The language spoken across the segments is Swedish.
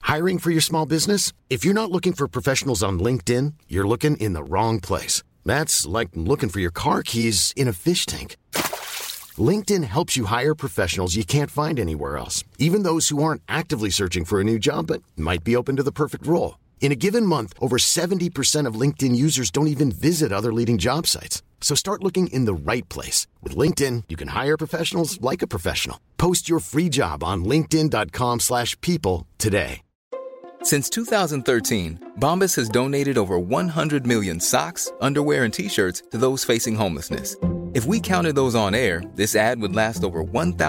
Hiring for your small business? If you're not looking for professionals on LinkedIn, you're looking in the wrong place. That's like looking for your car keys in a fish tank. LinkedIn helps you hire professionals you can't find anywhere else, even those who aren't actively searching for a new job but might be open to the perfect role. In a given month, over 70% of LinkedIn users don't even visit other leading job sites. So start looking in the right place. With LinkedIn, you can hire professionals like a professional. Post your free job on linkedin.com/people today. Since 2013, Bombas has donated over 100 million socks, underwear, and T-shirts to those facing homelessness. If we counted those on air, this ad would last over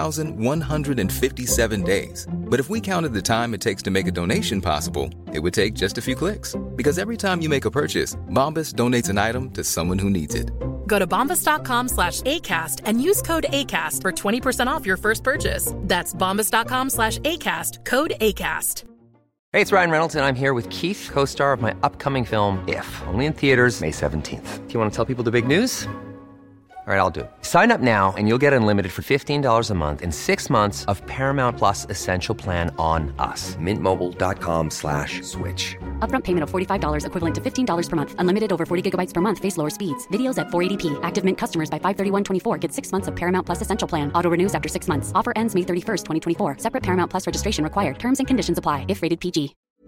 1,157 days. But if we counted the time it takes to make a donation possible, it would take just a few clicks. Because every time you make a purchase, Bombas donates an item to someone who needs it. Go to bombas.com/ACAST and use code ACAST for 20% off your first purchase. That's bombas.com/ACAST, code ACAST. Hey, it's Ryan Reynolds, and I'm here with Keith, co-star of my upcoming film, If, only in theaters May 17th. Do you want to tell people the big news? All right, I'll do it. Sign up now and you'll get unlimited for $15 a month and 6 months of Paramount Plus Essential Plan on us. MintMobile.com/switch. Upfront payment of $45 equivalent to $15 per month. Unlimited over 40 gigabytes per month. Face lower speeds. Videos at 480p. Active Mint customers by 531.24 get 6 months of Paramount Plus Essential Plan. Auto renews after 6 months. Offer ends May 31st, 2024. Separate Paramount Plus registration required. Terms and conditions apply if rated PG.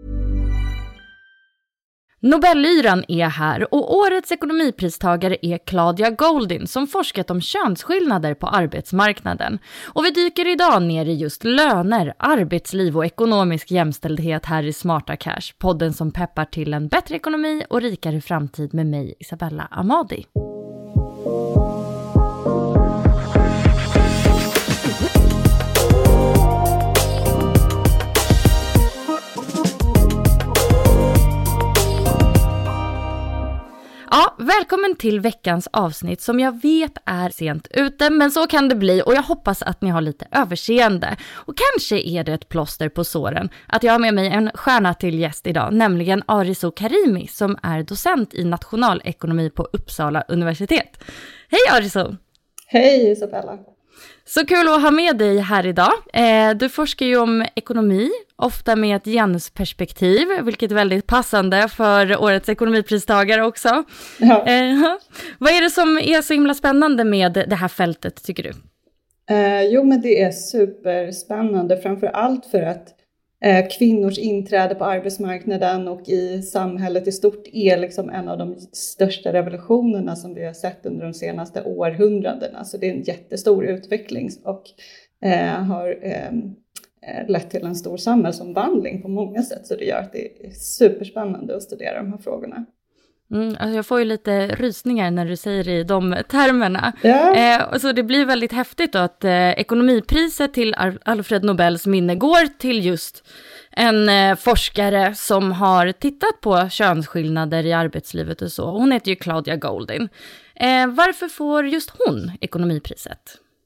Nobelyran är här och årets ekonomipristagare är Claudia Goldin som forskat om könsskillnader på arbetsmarknaden. Och vi dyker idag ner i just löner, arbetsliv och ekonomisk jämställdhet här i Smarta Cash, podden som peppar till en bättre ekonomi och rikare framtid med mig, Isabella Amadi. Ja, välkommen till veckans avsnitt som jag vet är sent ute, men så kan det bli och jag hoppas att ni har lite överseende. Och kanske är det ett plåster på såren att jag har med mig en stjärna till gäst idag, nämligen Arzu Karimi som är docent i nationalekonomi på Uppsala universitet. Hej Arzu! Hej Isabella! Så kul att ha med dig här idag. Du forskar ju om ekonomi, ofta med ett genusperspektiv, vilket är väldigt passande för årets ekonomipristagare också. Ja. Vad är det som är så himla spännande med det här fältet, tycker du? Jo, men det är superspännande, framför allt för att kvinnors inträde på arbetsmarknaden och i samhället i stort är liksom en av de största revolutionerna som vi har sett under de senaste århundradena. Så det är en jättestor utveckling och har lett till en stor samhällsomvandling på många sätt. Så det gör att det är superspännande att studera de här frågorna. Alltså jag får ju lite rysningar när du säger i de termerna. Ja. Så det blir väldigt häftigt då att ekonomipriset till Alfred Nobels minne går till just en forskare som har tittat på könsskillnader i arbetslivet och så. Hon heter ju Claudia Goldin. Varför får just hon ekonomipriset?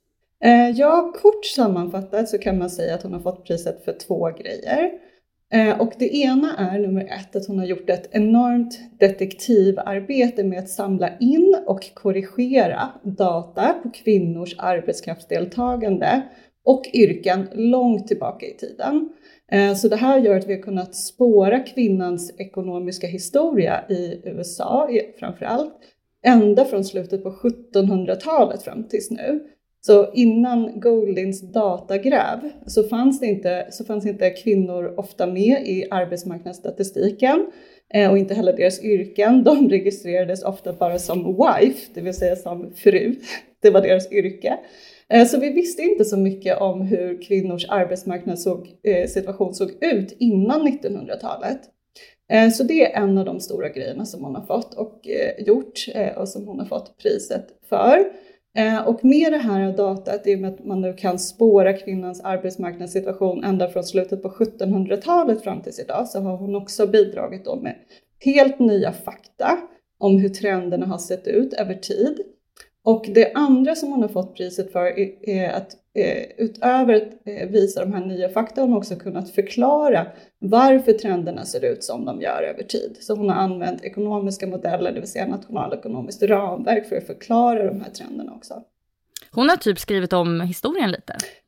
Ja, kort sammanfattat så kan man säga att hon har fått priset för 2 grejer. Och det ena är nummer 1 att hon har gjort ett enormt detektivarbete med att samla in och korrigera data på kvinnors arbetskraftsdeltagande och yrken långt tillbaka i tiden. Så det här gör att vi har kunnat spåra kvinnans ekonomiska historia i USA framförallt ända från slutet på 1700-talet fram tills nu. Så innan Goldins datagräv så fanns inte kvinnor ofta med i arbetsmarknadsstatistiken och inte heller deras yrken. De registrerades ofta bara som wife, det vill säga som fru. Det var deras yrke. Så vi visste inte så mycket om hur kvinnors arbetsmarknadssituation såg ut innan 1900-talet. Så det är en av de stora grejerna som hon har fått och gjort och som hon har fått priset för. Och med det här datat, i och med att man nu kan spåra kvinnans arbetsmarknadssituation ända från slutet på 1700-talet fram till idag, så har hon också bidragit då med helt nya fakta om hur trenderna har sett ut över tid. Och det andra som hon har fått priset för är att utöver att visa de här nya fakta har hon också kunnat förklara varför trenderna ser ut som de gör över tid. Så hon har använt ekonomiska modeller, det vill säga nationalekonomiskt ramverk för att förklara de här trenderna också. Hon har typ skrivit om historien lite.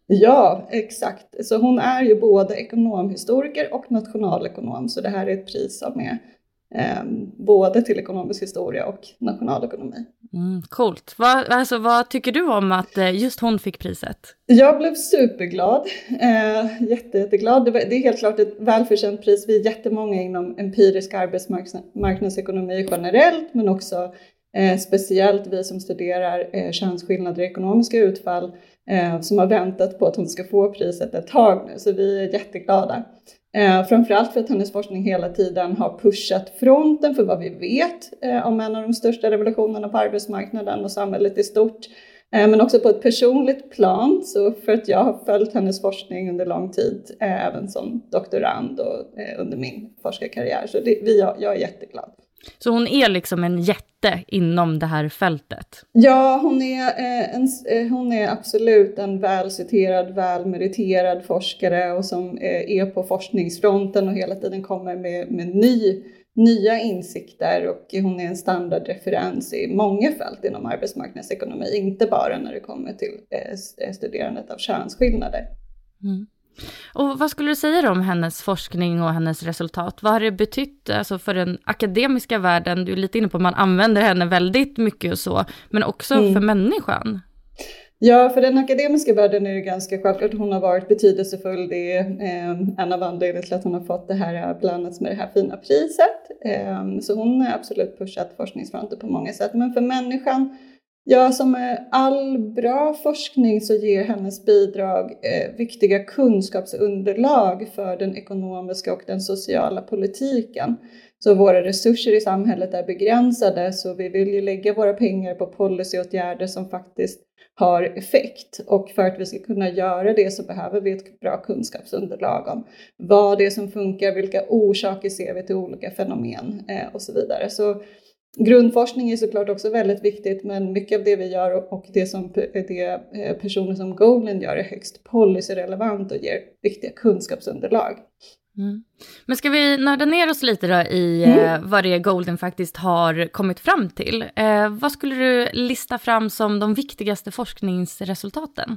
Ja, exakt. Så hon är ju både ekonomhistoriker och nationalekonom. Så det här är ett pris som är både till ekonomisk historia och nationalekonomi. Coolt. Vad tycker du om att just hon fick priset? Jag blev superglad. Jätteglad. Det är helt klart ett välförtjänt pris. Vi är jättemånga inom empirisk arbetsmarknadsekonomi generellt, men också speciellt vi som studerar könsskillnader i ekonomiska utfall som har väntat på att hon ska få priset ett tag nu. Så vi är jätteglada. Framförallt för att hennes forskning hela tiden har pushat fronten för vad vi vet om en av de största revolutionerna på arbetsmarknaden och samhället i stort. Men också på ett personligt plan, så för att jag har följt hennes forskning under lång tid, även som doktorand och under min forskarkarriär. Så jag är jätteglad. Så hon är liksom en jätte inom det här fältet? Ja, hon är absolut en välciterad, välmeriterad forskare och som är på forskningsfronten och hela tiden kommer med nya insikter, och hon är en standardreferens i många fält inom arbetsmarknadsekonomi, inte bara när det kommer till studerandet av könsskillnader. Och vad skulle du säga då om hennes forskning och hennes resultat? Vad har det betytt för den akademiska världen? Du är lite inne på att man använder henne väldigt mycket och så, men också för människan. Ja, för den akademiska världen är det ganska självklart. Hon har varit betydelsefull. Det är en av anledningarna till att hon har fått det här blandats med det här fina priset. Så hon har absolut pushat forskningsfronten på många sätt. Men för människan, ja, som med all bra forskning så ger hennes bidrag viktiga kunskapsunderlag för den ekonomiska och den sociala politiken. Så våra resurser i samhället är begränsade, så vi vill ju lägga våra pengar på policyåtgärder som faktiskt har effekt. Och för att vi ska kunna göra det så behöver vi ett bra kunskapsunderlag om vad det är som funkar, vilka orsaker ser vi till olika fenomen och så vidare. Så grundforskning är såklart också väldigt viktigt, men mycket av det vi gör och det som personer som Goldin gör är högst policyrelevant och ger viktiga kunskapsunderlag. Men ska vi nörda ner oss lite då i vad det är Goldin faktiskt har kommit fram till? Vad skulle du lista fram som de viktigaste forskningsresultaten?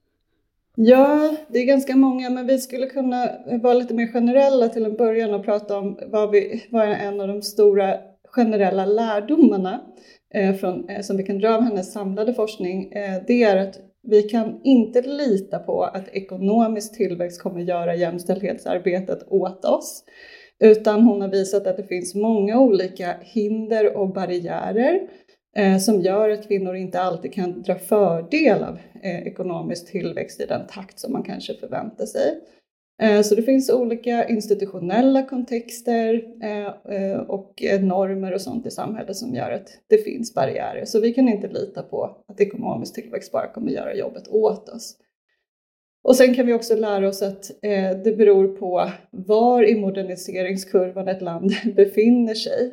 Ja, det är ganska många, men vi skulle kunna vara lite mer generella till en början och prata om vad är en av de stora generella lärdomarna som vi kan dra av hennes samlade forskning. Det är att vi kan inte lita på att ekonomisk tillväxt kommer göra jämställdhetsarbetet åt oss. Utan hon har visat att det finns många olika hinder och barriärer som gör att kvinnor inte alltid kan dra fördel av ekonomisk tillväxt i den takt som man kanske förväntar sig. Så det finns olika institutionella kontexter och normer och sånt i samhället som gör att det finns barriärer. Så vi kan inte lita på att ekonomisk tillväxt bara kommer göra jobbet åt oss. Och sen kan vi också lära oss att det beror på var i moderniseringskurvan ett land befinner sig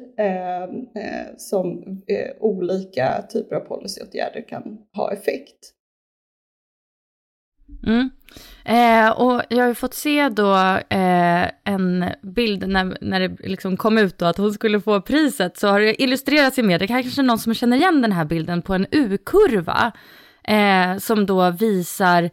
som olika typer av policyåtgärder kan ha effekt. Och jag har ju fått se då en bild när det liksom kom ut då att hon skulle få priset, så har det illustrerats i med. Det kanske är någon som känner igen den här bilden på en U-kurva som då visar,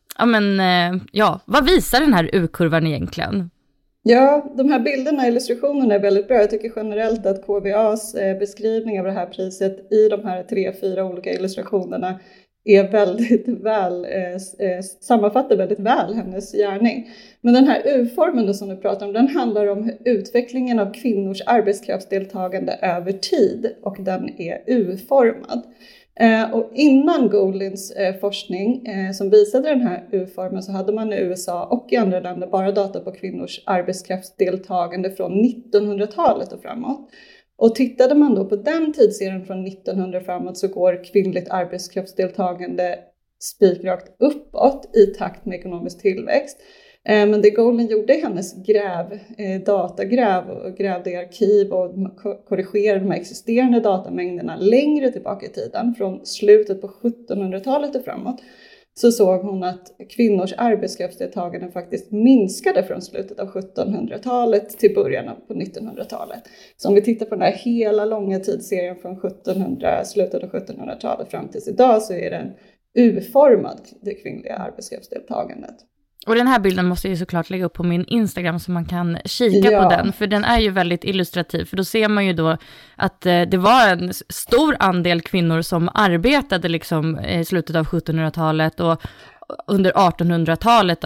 vad visar den här U-kurvan egentligen? Ja, de här bilderna, illustrationerna är väldigt bra. Jag tycker generellt att KVAs beskrivning av det här priset i de här 3-4 olika illustrationerna är väldigt väl, sammanfattar väldigt väl hennes gärning. Men den här U-formen då som du pratar om, den handlar om utvecklingen av kvinnors arbetskraftsdeltagande över tid, och den är U-formad. Och innan Goldins forskning som visade den här U-formen så hade man i USA och i andra länder bara data på kvinnors arbetskraftsdeltagande från 1900-talet och framåt. Och tittade man då på den tidsserien från 1900 framåt så går kvinnligt arbetskraftsdeltagande spikrakt uppåt i takt med ekonomisk tillväxt. Men det Goldin gjorde i hennes datagräv och grävde i arkiv och korrigerade de här existerande datamängderna längre tillbaka i tiden, från slutet på 1700-talet och framåt, så såg hon att kvinnors arbetskraftsdeltagande faktiskt minskade från slutet av 1700-talet till början på 1900-talet. Så om vi tittar på den här hela långa tidsserien från slutet av 1700-talet fram tills idag, så är det urformat det kvinnliga arbetskraftsdeltagandet. Och den här bilden måste jag ju såklart lägga upp på min Instagram så man kan kika på den. För den är ju väldigt illustrativ. För då ser man ju då att det var en stor andel kvinnor som arbetade liksom i slutet av 1700-talet och under 1800-talet då,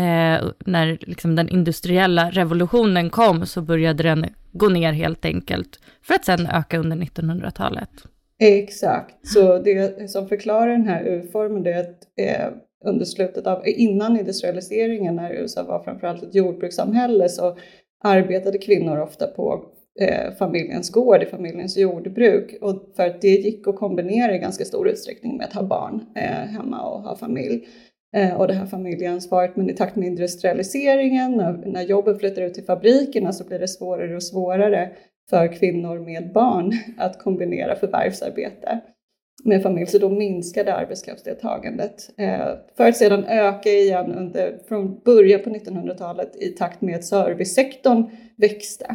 när liksom den industriella revolutionen kom så började den gå ner helt enkelt. För att sen öka under 1900-talet. Exakt. Så det som förklarar den här urformen är att under slutet av, innan industrialiseringen när USA var framförallt ett jordbrukssamhälle så arbetade kvinnor ofta på familjens gård, i familjens jordbruk. Och för att det gick att kombinera i ganska stor utsträckning med att ha barn hemma och ha familj. Och det här familjeansvaret, men i takt med industrialiseringen, när jobben flyttar ut till fabrikerna så blir det svårare och svårare för kvinnor med barn att kombinera förvärvsarbete med familj. Så då minskade arbetskraftsdeltagandet för att sedan öka igen från början på 1900-talet i takt med att servicesektorn växte.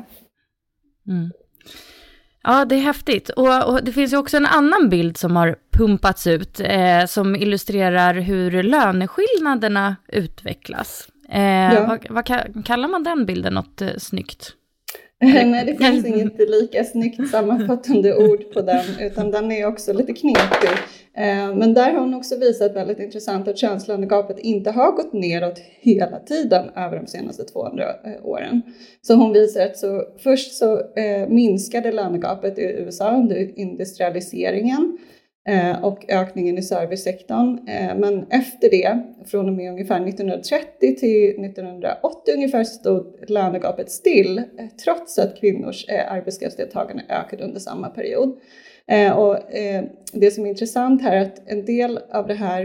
Mm. Ja, det är häftigt. Och det finns ju också en annan bild som har pumpats ut som illustrerar hur löneskillnaderna utvecklas. Vad kallar man den bilden? Något snyggt? Nej, det finns inget lika snyggt sammanfattande ord på den, utan den är också lite knepig. Men där har hon också visat väldigt intressant att könslönegapet inte har gått neråt hela tiden över de senaste 200 åren. Så hon visar att först så minskade lönegapet i USA under industrialiseringen och ökningen i servicesektorn. Men efter det, från och med ungefär 1930 till 1980 ungefär, stod lönegapet still trots att kvinnors arbetskraftsdeltagande ökade under samma period. Och det som är intressant här är att en del av det här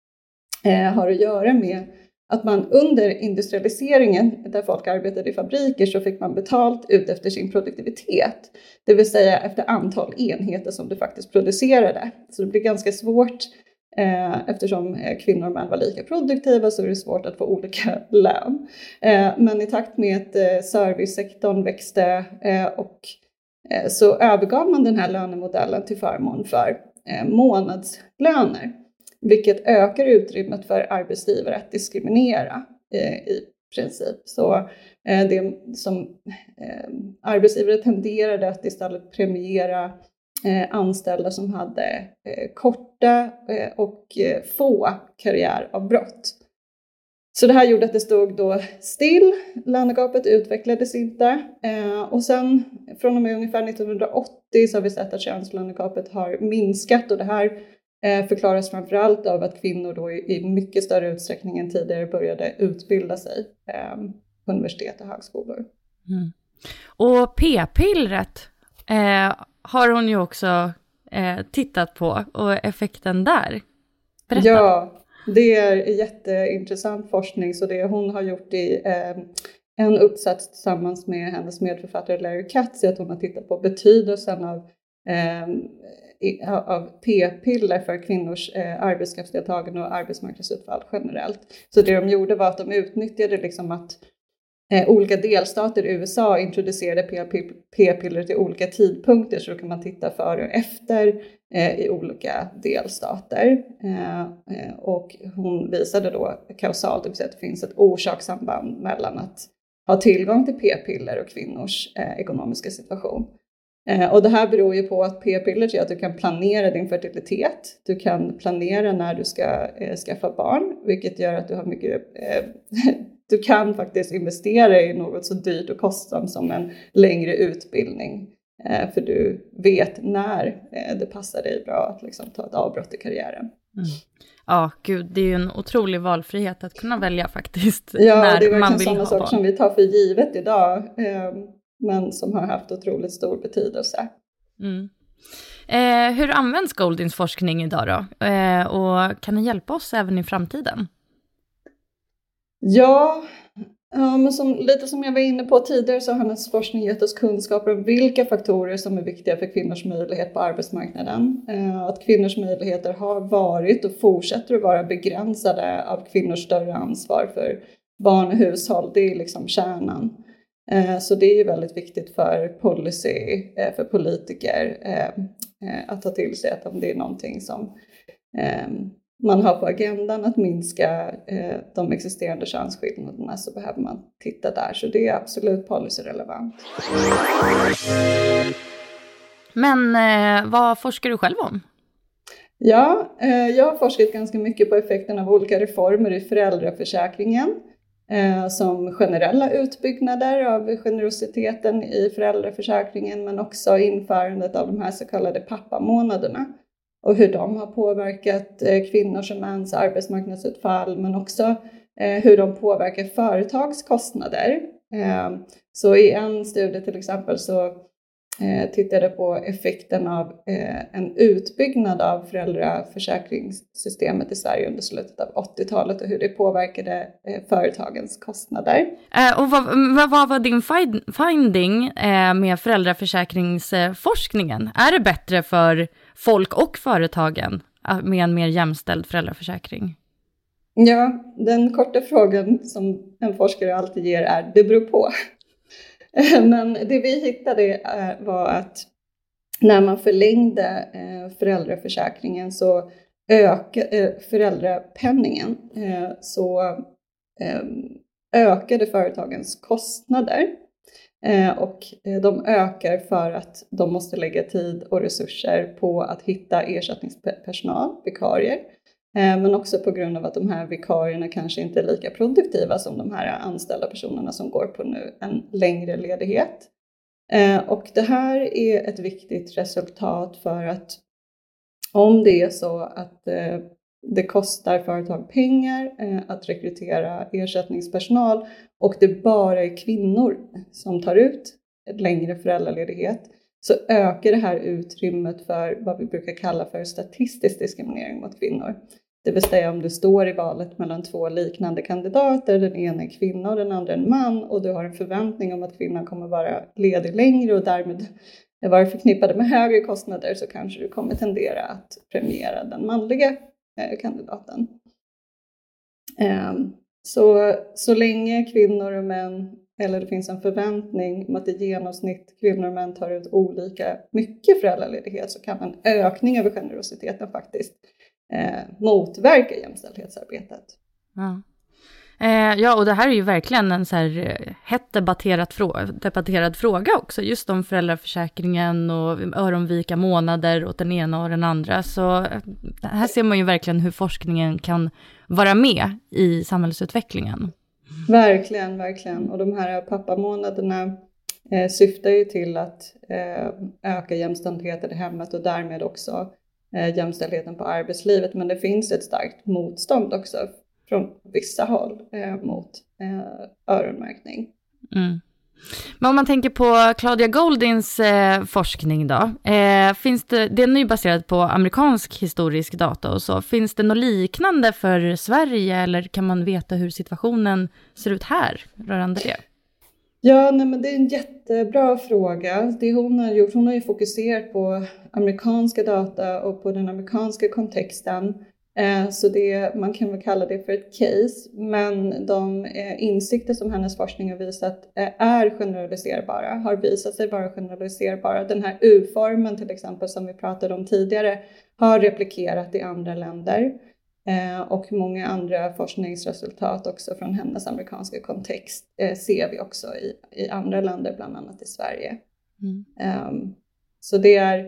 har att göra med att man under industrialiseringen, där folk arbetade i fabriker, så fick man betalt ut efter sin produktivitet. Det vill säga efter antal enheter som du faktiskt producerade. Så det blir ganska svårt, eftersom kvinnor och män var lika produktiva, så är det svårt att få olika lön. Men i takt med att servicesektorn växte så övergav man den här lönemodellen till förmån för månadslöner. Vilket ökar utrymmet för arbetsgivare att diskriminera i princip. Så det som arbetsgivare tenderade att istället premiera anställda som hade korta och få karriäravbrott. Så det här gjorde att det stod då still, lönegapet utvecklades inte. Och sen från och med ungefär 1980 så har vi sett att könslönegapet har minskat, och det här förklaras framförallt av att kvinnor då i mycket större utsträckning än tidigare började utbilda sig på universitet och högskolor. Mm. Och p-pillret har hon ju också tittat på, och effekten där. Berätta. Ja, det är jätteintressant forskning. Så det hon har gjort i en uppsats tillsammans med hennes medförfattare Larry Katz är att hon har tittat på betydelsen av p-piller för kvinnors arbetskraftsdeltagande och arbetsmarknadsutfall generellt. Så det de gjorde var att de utnyttjade liksom att olika delstater i USA introducerade p-piller till olika tidpunkter, så då kan man titta före och efter i olika delstater. Och hon visade då kausalt, det vill säga att det finns ett orsakssamband mellan att ha tillgång till p-piller och kvinnors ekonomiska situation. Och det här beror ju på att p-piller gör att du kan planera din fertilitet. Du kan planera när du ska skaffa barn, vilket gör att du har mycket... Du kan faktiskt investera i något så dyrt och kostsamt som en längre utbildning. För du vet när det passar dig bra att liksom ta ett avbrott i karriären. Mm. Ja, gud, det är ju en otrolig valfrihet att kunna välja faktiskt. Ja, när det är man vill sådana ha saker barn. som vi tar för givet idag. Men som har haft otroligt stor betydelse. Mm. Hur används Goldins forskning idag då? Och kan den hjälpa oss även i framtiden? Ja, men lite som jag var inne på tidigare så har hennes forskning gett oss kunskaper om vilka faktorer som är viktiga för kvinnors möjlighet på arbetsmarknaden. Att kvinnors möjligheter har varit och fortsätter att vara begränsade av kvinnors större ansvar för barn och hushåll. Det är liksom kärnan. Så det är ju väldigt viktigt för policy, för politiker att ta till sig att om det är någonting som man har på agendan att minska de existerande könsskillnaderna, så behöver man titta där. Så det är absolut policyrelevant. Men vad forskar du själv om? Ja, jag har forskat ganska mycket på effekten av olika reformer i föräldraförsäkringen. Som generella utbyggnader av generositeten i föräldraförsäkringen, men också införandet av de här så kallade pappamånaderna. Och hur de har påverkat kvinnors och mäns arbetsmarknadsutfall, men också hur de påverkar företags kostnader. Så i en studie till exempel så tittade på effekten av en utbyggnad av föräldraförsäkringssystemet i Sverige under slutet av 80-talet och hur det påverkade företagens kostnader. Och vad var din finding med föräldraförsäkringsforskningen? Är det bättre för folk och företagen med en mer jämställd föräldraförsäkring? Ja, den korta frågan som en forskare alltid ger är: det beror på. Men det vi hittade var att när man förlängde föräldraförsäkringen så föräldrapenningen så ökade företagens kostnader. Och de ökar för att de måste lägga tid och resurser på att hitta ersättningspersonal, vikarier. Men också på grund av att de här vikarierna kanske inte är lika produktiva som de här anställda personerna som går på nu en längre ledighet. Och det här är ett viktigt resultat, för att om det är så att det kostar företag pengar att rekrytera ersättningspersonal och det bara är kvinnor som tar ut ett längre föräldraledighet, så ökar det här utrymmet för vad vi brukar kalla för statistisk diskriminering mot kvinnor. Det vill säga om du står i valet mellan två liknande kandidater, den ena är kvinna och den andra en man, och du har en förväntning om att kvinnan kommer vara ledig längre och därmed vara förknippade med högre kostnader, så kanske du kommer tendera att premiera den manliga kandidaten. Så länge kvinnor och män, eller det finns en förväntning om att i genomsnitt kvinnor och män tar ut olika mycket föräldraledighet, så kan en ökning över generositeten faktiskt motverka jämställdhetsarbetet. Ja. Ja, och det här är ju verkligen en så här hett debatterad fråga också, just om föräldraförsäkringen och öronvika månader åt den ena och den andra. Så här ser man ju verkligen hur forskningen kan vara med i samhällsutvecklingen. Verkligen, verkligen. Och de här pappamånaderna syftar ju till att öka jämställdheten i hemmet och därmed också jämställdheten på arbetslivet. Men det finns ett starkt motstånd också från vissa håll mot öronmärkning. Mm. Men om man tänker på Claudia Goldins forskning då, den är ju baserad på amerikansk historisk data och så. Finns det något liknande för Sverige, eller kan man veta hur situationen ser ut här rörande det? Ja, men det är en jättebra fråga. Det hon har ju fokuserat på amerikanska data och på den amerikanska kontexten. Så man kan väl kalla det för ett case, men de insikter som hennes forskning har visat är generaliserbara, har visat sig vara generaliserbara. Den här U-formen till exempel som vi pratade om tidigare har replikerat i andra länder, och många andra forskningsresultat också från hennes amerikanska kontext ser vi också i andra länder, bland annat i Sverige. Så det är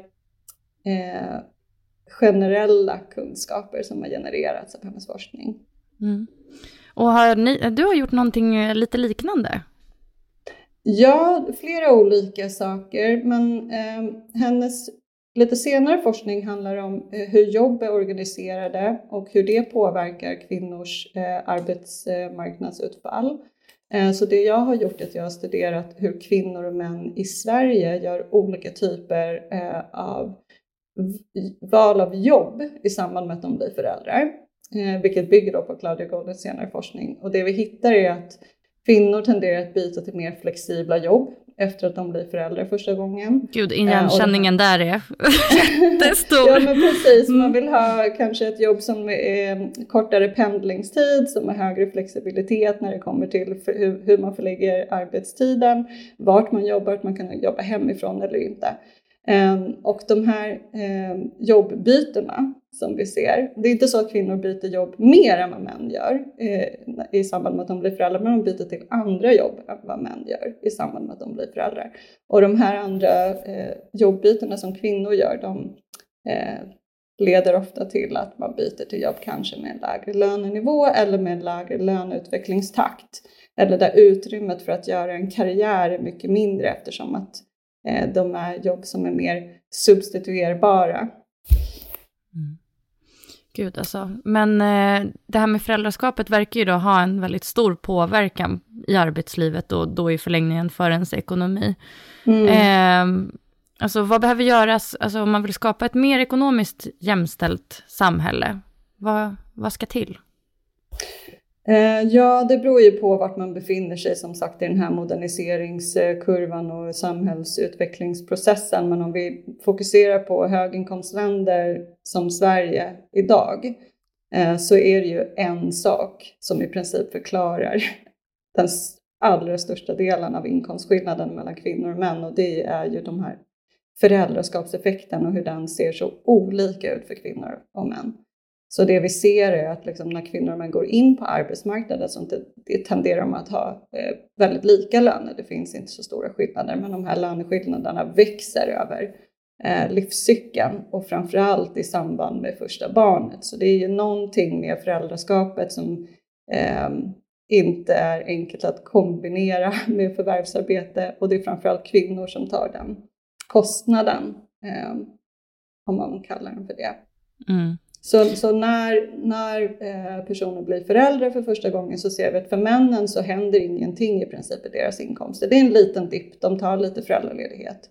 generella kunskaper som har genererats av hennes forskning. Mm. Och du har gjort någonting lite liknande? Ja, flera olika saker, men hennes lite senare forskning handlar om hur jobb är organiserade och hur det påverkar kvinnors arbetsmarknadsutfall. Så det jag har gjort är att jag har studerat hur kvinnor och män i Sverige gör olika typer av val av jobb i samband med att de blir föräldrar, vilket bygger då på Claudia Goldins senare forskning. Och det vi hittar är att kvinnor tenderar att byta till mer flexibla jobb efter att de blir föräldrar första gången. Gud, igenkänningen där är stor. Ja, men precis. Man vill ha kanske ett jobb som är kortare pendlingstid, som har högre flexibilitet när det kommer till hur man förlägger arbetstiden, vart man jobbar, att man kan jobba hemifrån eller inte. Och de här jobbbytena som vi ser, det är inte så att kvinnor byter jobb mer än vad män gör i samband med att de blir föräldrar, men de byter till andra jobb än vad män gör i samband med att de blir föräldrar. Och de här andra jobbbytena som kvinnor gör, de leder ofta till att man byter till jobb kanske med en lägre lönenivå eller med en lägre löneutvecklingstakt. Eller där utrymmet för att göra en karriär är mycket mindre, eftersom att de är jobb som är mer substituerbara. Gud alltså. Men det här med föräldraskapet verkar ju då ha en väldigt stor påverkan i arbetslivet och då i förlängningen för ens ekonomi. Alltså vad behöver göras alltså, om man vill skapa ett mer ekonomiskt jämställt samhälle? Vad ska till? Ja, det beror ju på vart man befinner sig som sagt i den här moderniseringskurvan och samhällsutvecklingsprocessen. Men om vi fokuserar på höginkomstländer som Sverige idag så är det ju en sak som i princip förklarar den allra största delen av inkomstskillnaden mellan kvinnor och män. Och det är ju de här föräldraskapseffekten och hur den ser så olika ut för kvinnor och män. Så det vi ser är att liksom när kvinnor och män går in på arbetsmarknaden så det tenderar de att ha väldigt lika löner. Det finns inte så stora skillnader, men de här löneskillnaderna växer över livscykeln och framförallt i samband med första barnet. Så det är ju någonting med föräldraskapet som inte är enkelt att kombinera med förvärvsarbete, och det är framförallt kvinnor som tar den kostnaden, om man kallar den för det. Så när personer blir föräldrar för första gången så ser vi att för männen så händer ingenting i princip i deras inkomster. Det är en liten dipp, de tar lite föräldraledighet.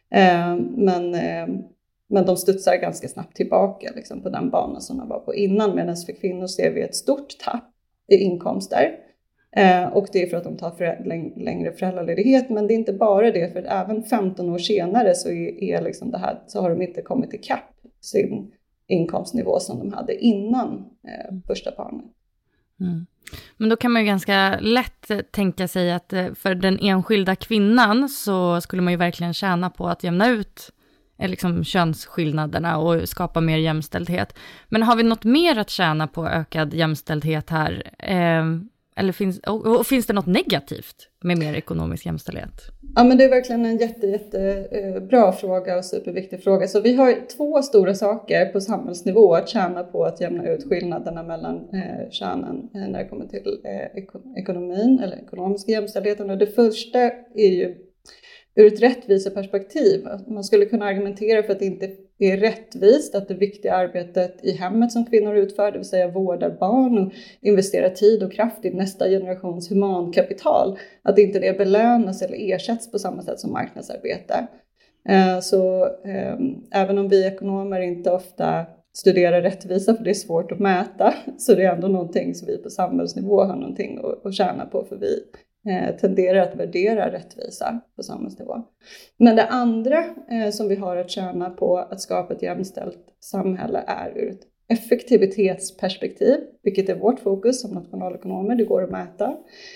Men de studsar ganska snabbt tillbaka liksom, på den banan som de var på innan. Medan för kvinnor ser vi ett stort tapp i inkomster. Och det är för att de tar längre föräldraledighet. Men det är inte bara det, för att även 15 år senare så är liksom det här, så har de inte kommit ikapp sin inkomstnivå som de hade innan första barnet. Men då kan man ju ganska lätt tänka sig att för den enskilda kvinnan så skulle man ju verkligen tjäna på att jämna ut liksom könsskillnaderna och skapa mer jämställdhet. Men har vi något mer att tjäna på ökad jämställdhet här? Eller finns det något negativt med mer ekonomisk jämställdhet? Ja, men det är verkligen en jättebra fråga och superviktig fråga. Så vi har 2 stora saker på samhällsnivå att tjäna på att jämna ut skillnaderna mellan könen när det kommer till ekonomin eller ekonomiska jämställdheten. Och det första är ju ur ett rättviseperspektiv. Man skulle kunna argumentera för att det inte är rättvist att det viktiga arbetet i hemmet som kvinnor utför, det vill säga vårdar barn och investerar tid och kraft i nästa generations humankapital, att inte det belönas eller ersätts på samma sätt som marknadsarbete. Så även om vi ekonomer inte ofta studerar rättvisa, för det är svårt att mäta, så det är ändå någonting som vi på samhällsnivå har någonting att tjäna på, för vi tenderar att värdera rättvisa på samhällsnivå. Men det andra som vi har att tjäna på att skapa ett jämställt samhälle är ur ett effektivitetsperspektiv, vilket är vårt fokus som nationalekonomer, det går att mäta.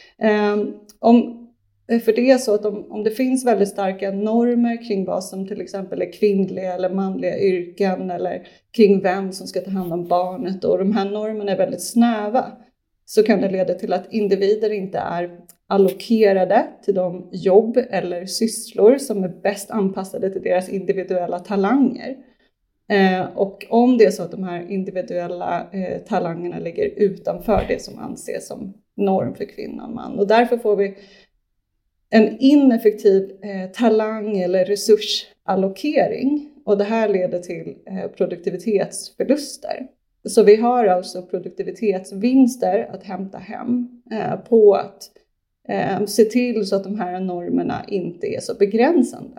För det är så att om det finns väldigt starka normer kring vad som till exempel är kvinnliga eller manliga yrken, eller kring vem som ska ta hand om barnet, och de här normerna är väldigt snäva, så kan det leda till att individer inte är allokerade till de jobb eller sysslor som är bäst anpassade till deras individuella talanger. Och om det är så att de här individuella talangerna ligger utanför det som anses som norm för kvinna och man. Och därför får vi en ineffektiv talang- eller resursallokering. Och det här leder till produktivitetsförluster. Så vi har alltså produktivitetsvinster att hämta hem på att se till så att de här normerna inte är så begränsande.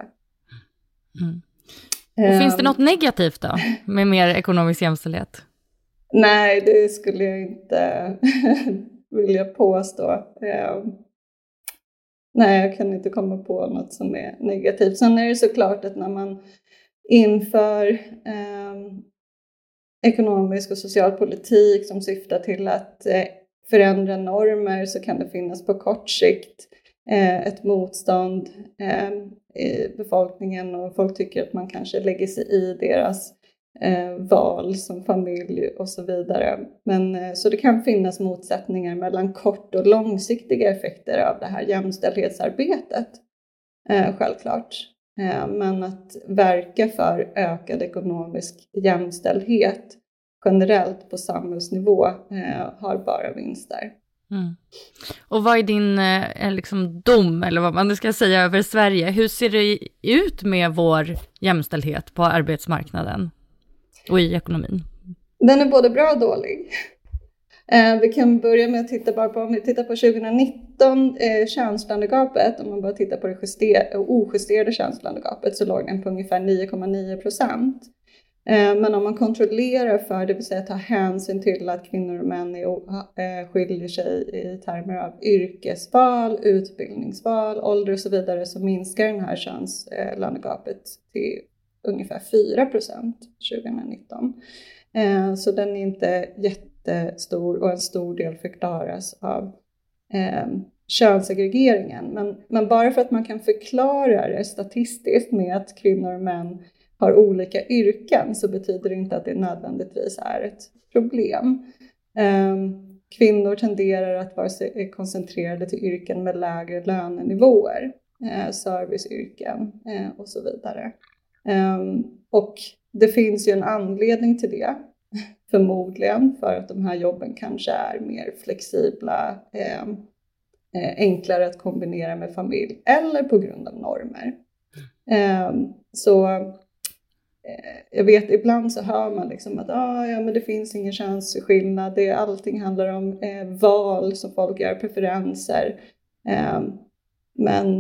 Och finns det något negativt då med mer ekonomisk jämställdhet? Nej, det skulle jag inte vilja påstå. Nej, jag kan inte komma på något som är negativt. Sen är det såklart att när man inför ekonomisk och social politik som syftar till att förändra normer, så kan det finnas på kort sikt ett motstånd i befolkningen, och folk tycker att man kanske lägger sig i deras val som familj och så vidare. Men så det kan finnas motsättningar mellan kort- och långsiktiga effekter av det här jämställdhetsarbetet, självklart. Men att verka för ökad ekonomisk jämställdhet generellt på samhällsnivå har bara vinster. Mm. Och vad är din liksom dom, eller vad man ska säga, över Sverige? Hur ser det ut med vår jämställdhet på arbetsmarknaden och i ekonomin? Den är både bra och dålig. Vi kan börja med att titta bara på, om vi tittar på 2019, könslönegapet, om man bara tittar på det ojusterade könslönegapet, så låg den på ungefär 9,9%. Men om man kontrollerar för, det vill säga ta hänsyn till att kvinnor och män skiljer sig i termer av yrkesval, utbildningsval, ålder och så vidare, så minskar den här könslönegapet till ungefär 4% 2019. Så den är inte jättestor, och en stor del förklaras av könssegregeringen. Men bara för att man kan förklara det statistiskt med att kvinnor och män har olika yrken, så betyder det inte att det nödvändigtvis är ett problem. Kvinnor tenderar att vara koncentrerade till yrken med lägre lönenivåer, serviceyrken och så vidare. Och det finns ju en anledning till det, förmodligen för att de här jobben kanske är mer flexibla, enklare att kombinera med familj, eller på grund av normer. Så jag vet, ibland så hör man liksom att men det finns ingen könsskillnad, allting handlar om val som folk gör, preferenser. Men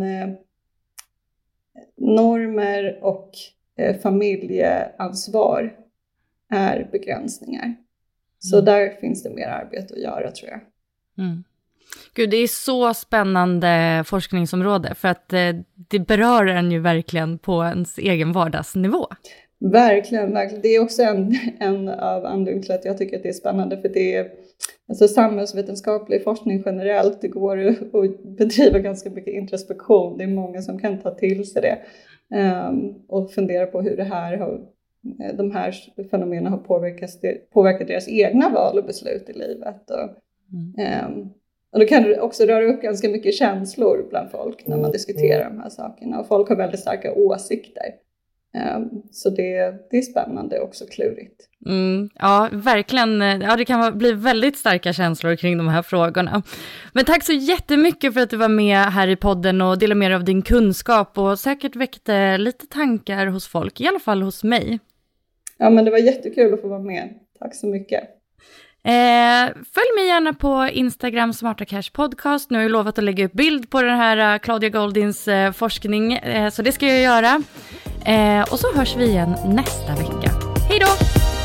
normer och familjeansvar är begränsningar. Så där finns det mer arbete att göra, tror jag. Mm. Gud, det är så spännande forskningsområde, för att det berör en ju verkligen på ens egen vardagsnivå. Verkligen, verkligen. Det är också en av anledningarna till att jag tycker att det är spännande, för det är alltså samhällsvetenskaplig forskning generellt. Det går att bedriva ganska mycket introspektion. Det är många som kan ta till sig det och fundera på hur de här fenomenen har påverkat deras egna val och beslut i livet. Och då kan det också röra upp ganska mycket känslor bland folk när man diskuterar de här sakerna. Och folk har väldigt starka åsikter. Så det är spännande och också klurigt. Ja, verkligen. Ja, det kan bli väldigt starka känslor kring de här frågorna. Men tack så jättemycket för att du var med här i podden och delade med dig av din kunskap, och säkert väckte lite tankar hos folk, i alla fall hos mig. Ja, men det var jättekul att få vara med. Tack så mycket. Följ mig gärna på Instagram, Smarta Cash Podcast. Nu har jag lovat att lägga upp bild på den här Claudia Goldins forskning, så det ska jag göra. Och så hörs vi igen nästa vecka. Hej då!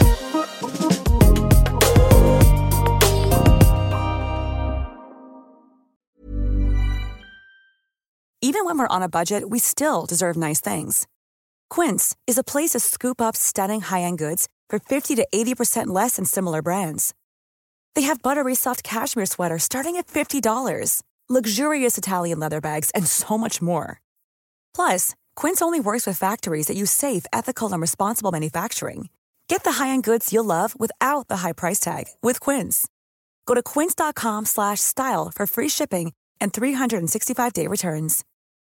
Even when we're on a budget, we still deserve nice things. Quince is a place to scoop up stunning high-end goods for 50 to 80% less than similar brands. They have buttery soft cashmere sweaters starting at $50, luxurious Italian leather bags, and so much more. Plus, Quince only works with factories that use safe, ethical, and responsible manufacturing. Get the high-end goods you'll love without the high price tag with Quince. Go to quince.com/style for free shipping and 365-day returns.